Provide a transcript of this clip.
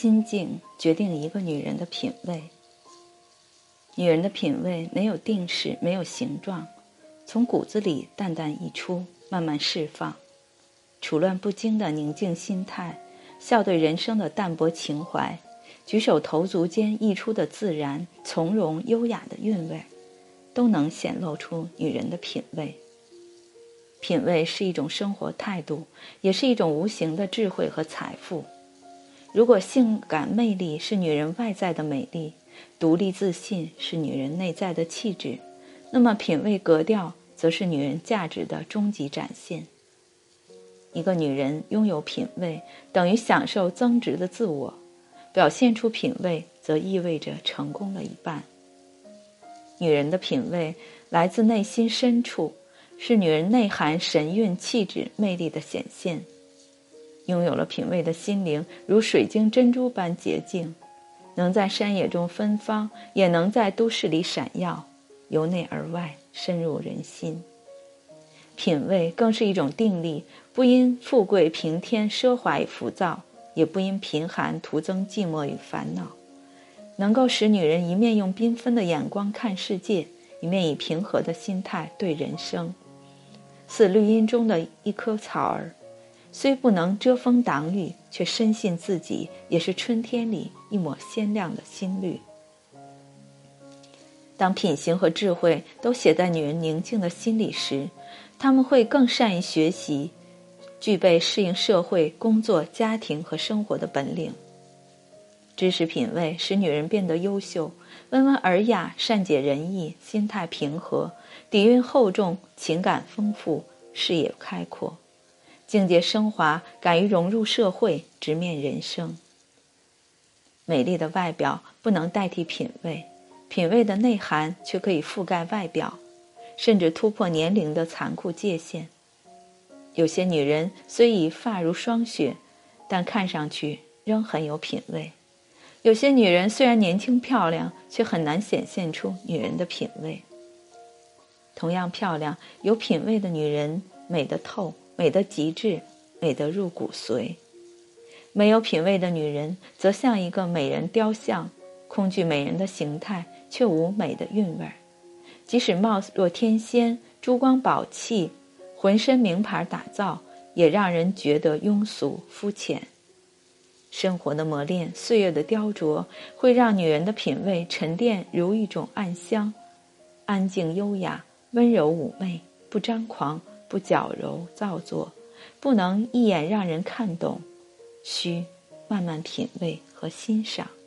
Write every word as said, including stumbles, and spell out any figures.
心境决定一个女人的品味。女人的品味没有定式，没有形状，从骨子里淡淡溢出，慢慢释放。处乱不惊的宁静心态，笑对人生的淡泊情怀，举手投足间溢出的自然、从容、优雅的韵味，都能显露出女人的品味。品味是一种生活态度，也是一种无形的智慧和财富。如果性感魅力是女人外在的美丽，独立自信是女人内在的气质，那么品味格调则是女人价值的终极展现。一个女人拥有品味，等于享受增值的自我，表现出品味则意味着成功了一半。女人的品味来自内心深处，是女人内涵神韵、气质、魅力的显现。拥有了品味的心灵，如水晶珍珠般洁净，能在山野中芬芳，也能在都市里闪耀，由内而外深入人心。品味更是一种定力，不因富贵平添奢华与浮躁，也不因贫寒徒增寂寞与烦恼，能够使女人一面用缤纷的眼光看世界，一面以平和的心态对人生。似绿荫中的一棵草儿，虽不能遮风挡雨，却深信自己也是春天里一抹鲜亮的新绿。当品行和智慧都写在女人宁静的心里时，她们会更善于学习，具备适应社会、工作、家庭和生活的本领。知识品味使女人变得优秀，温文尔雅，善解人意，心态平和，底蕴厚重，情感丰富，视野开阔，境界升华，敢于融入社会，直面人生。美丽的外表不能代替品味，品味的内涵却可以覆盖外表，甚至突破年龄的残酷界限。有些女人虽已发如霜雪，但看上去仍很有品味。有些女人虽然年轻漂亮，却很难显现出女人的品味。同样漂亮、有品味的女人，美得透，美得极致，美得入骨髓。没有品味的女人，则像一个美人雕像，空具美人的形态，却无美的韵味。即使貌若天仙，珠光宝气，浑身名牌打造，也让人觉得庸俗肤浅。生活的磨练，岁月的雕琢，会让女人的品味沉淀如一种暗香，安静优雅，温柔妩媚，不张狂，不矫揉造作，不能一眼让人看懂，需慢慢品味和欣赏。